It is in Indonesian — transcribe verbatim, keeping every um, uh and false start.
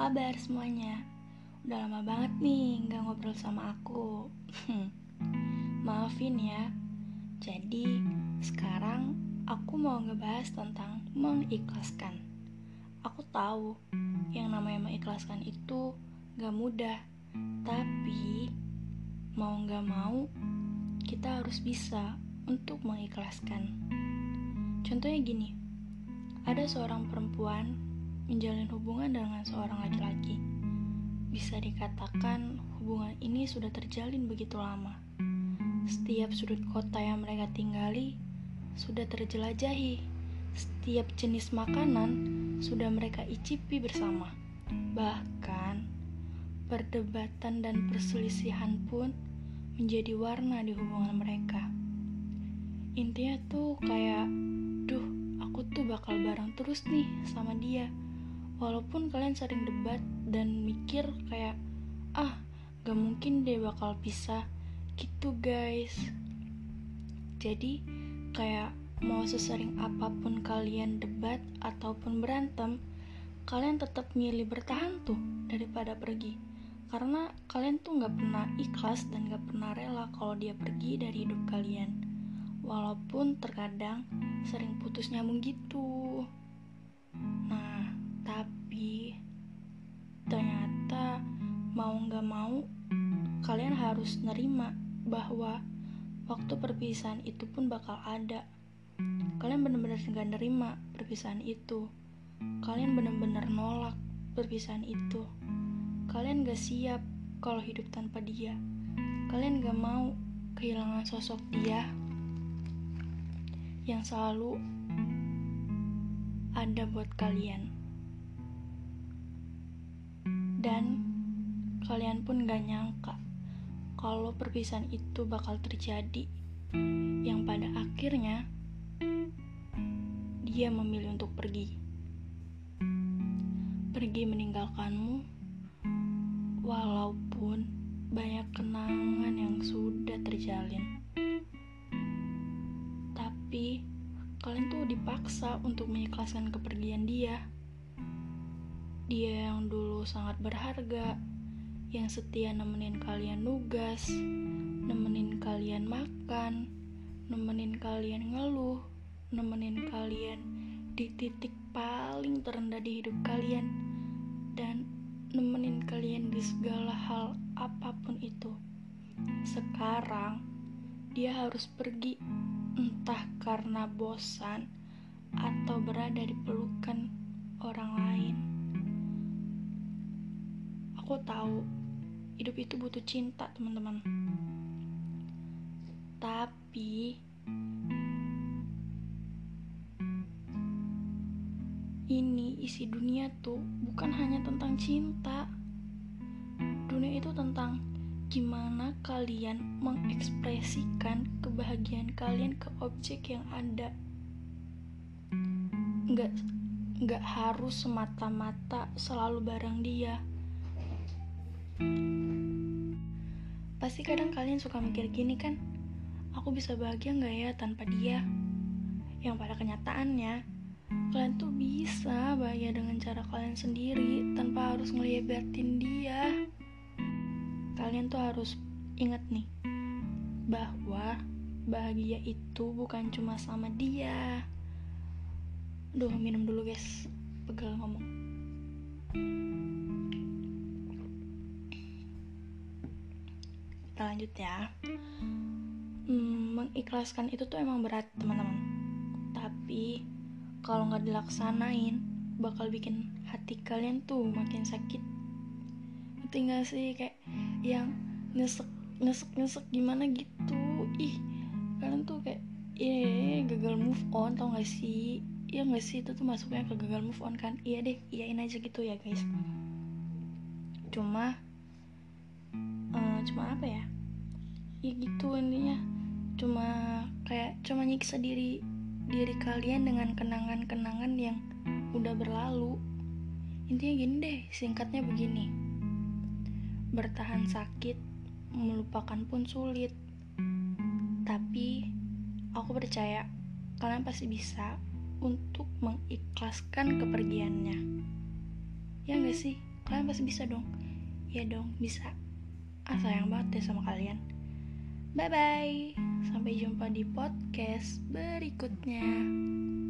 kabar semuanya? Udah lama banget nih gak ngobrol sama aku. Maafin ya. Jadi sekarang aku mau ngebahas tentang mengikhlaskan. Aku tahu yang namanya mengikhlaskan itu gak mudah. Tapi mau gak mau kita harus bisa untuk mengikhlaskan. Contohnya gini, ada seorang perempuan menjalin hubungan dengan seorang laki-laki. Bisa dikatakan hubungan ini sudah terjalin begitu lama. Setiap sudut kota yang mereka tinggali sudah terjelajahi. Setiap jenis makanan sudah mereka icipi bersama. Bahkan perdebatan dan perselisihan pun menjadi warna di hubungan mereka. Intinya tuh kayak, duh, aku tuh bakal bareng terus nih sama dia. Walaupun kalian sering debat dan mikir kayak, ah, gak mungkin deh bakal pisah gitu guys. Jadi kayak mau sesering apapun kalian debat ataupun berantem, kalian tetap milih bertahan tuh daripada pergi. Karena kalian tuh gak pernah ikhlas dan gak pernah rela kalau dia pergi dari hidup kalian. Walaupun terkadang sering putus nyambung gitu. Nah, tapi ternyata mau gak mau kalian harus nerima bahwa waktu perpisahan itu pun bakal ada. Kalian benar-benar gak nerima perpisahan itu. Kalian benar-benar nolak perpisahan itu. Kalian gak siap kalau hidup tanpa dia. Kalian gak mau kehilangan sosok dia yang selalu ada buat kalian. Dan kalian pun gak nyangka kalau perpisahan itu bakal terjadi, yang pada akhirnya dia memilih untuk pergi. Pergi meninggalkanmu, walaupun banyak kenangan yang sudah terjalin. Tapi kalian tuh dipaksa untuk mengikhlaskan kepergian dia. Dia yang dulu sangat berharga, yang setia nemenin kalian nugas, nemenin kalian makan, nemenin kalian ngeluh, nemenin kalian di titik paling terendah di hidup kalian, dan nemenin kalian di segala hal apapun itu. Sekarang dia harus pergi, entah karena bosan atau berada di pelukan orang lain. Aku tahu hidup itu butuh cinta, teman-teman. Tapi ini isi dunia tuh bukan hanya tentang cinta. Dunia itu tentang gimana kalian mengekspresikan kebahagiaan kalian ke objek yang ada. Nggak, nggak harus semata-mata selalu bareng dia. Pasti kadang kalian suka mikir gini kan, aku bisa bahagia gak ya tanpa dia? Yang pada kenyataannya, kalian tuh bisa bahagia dengan cara kalian sendiri tanpa harus ngelibatin dia. Kalian tuh harus ingat nih, bahwa bahagia itu bukan cuma sama dia. Duh, minum dulu guys, pegel ngomong. Kita lanjut ya. hmm, Mengikhlaskan itu tuh emang berat, teman-teman. Tapi kalau gak dilaksanain, bakal bikin hati kalian tuh makin sakit. Ngerti gak sih? Kayak yang nyesek nyesek nyesek gimana gitu. Ih, kalian tuh kayak eh gagal move on, tau gak sih? Iya gak sih, itu tuh masuknya ke gagal move on kan? Iya deh, iyain aja gitu ya guys. Cuma uh, cuma apa ya? Ya gitu intinya. Cuma kayak cuma nyiksa diri diri kalian dengan kenangan-kenangan yang udah berlalu. Intinya gini deh, singkatnya begini. Bertahan sakit, melupakan pun sulit. Tapi aku percaya kalian pasti bisa untuk mengikhlaskan kepergiannya. Ya gak sih? Kalian pasti bisa dong. Ya dong, bisa. Ah, sayang banget deh sama kalian. Bye-bye. Sampai jumpa di podcast berikutnya.